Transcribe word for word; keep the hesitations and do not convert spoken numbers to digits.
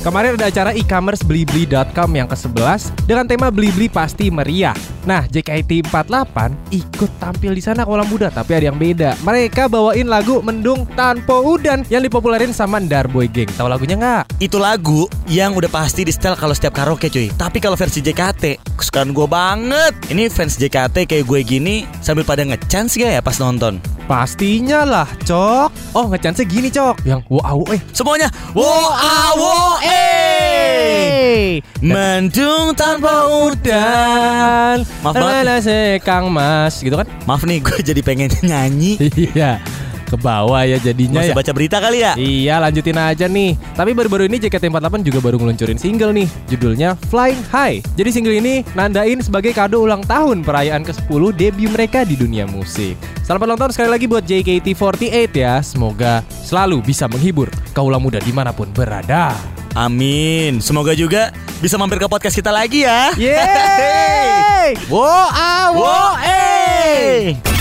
Kemarin ada acara e-commerce blibli dot com yang kesebelas dengan tema Blibli Pasti Meriah. Nah, J K T empat delapan ikut tampil di sana Kaulah Muda, tapi ada yang beda. Mereka bawain lagu Mendung Tanpa Udan yang dipopulerin sama Ndarboy Gang. Tahu lagunya nggak? Itu lagu yang udah pasti di setel kalau setiap karaoke cuy. Tapi kalau versi J K T, kesukaan gue banget. Ini fans J K T kayak gue gini sambil pada nge-chance gak ya pas nonton? Pastinya lah, Cok. Oh, nge-chance gini, Cok. Yang wow eh. Semuanya wow eh. Mendung tanpa udan. Maaf banget Kang Mas, gitu kan? Maaf nih, gue jadi pengen nyanyi. Iya, ke bawah ya jadinya ya. ya. Baca berita kali ya? Iya, lanjutin aja nih. Tapi baru-baru ini J K T empat delapan juga baru ngeluncurin single nih, judulnya Flying High. Jadi single ini nandain sebagai kado ulang tahun perayaan ke sepuluh debut mereka di dunia musik. Selamat ulang tahun sekali lagi buat J K T empat delapan ya. Semoga selalu bisa menghibur kaulah muda dimanapun berada. Amin. Semoga juga bisa mampir ke podcast kita lagi ya. Yeay. Wo ah wo eh.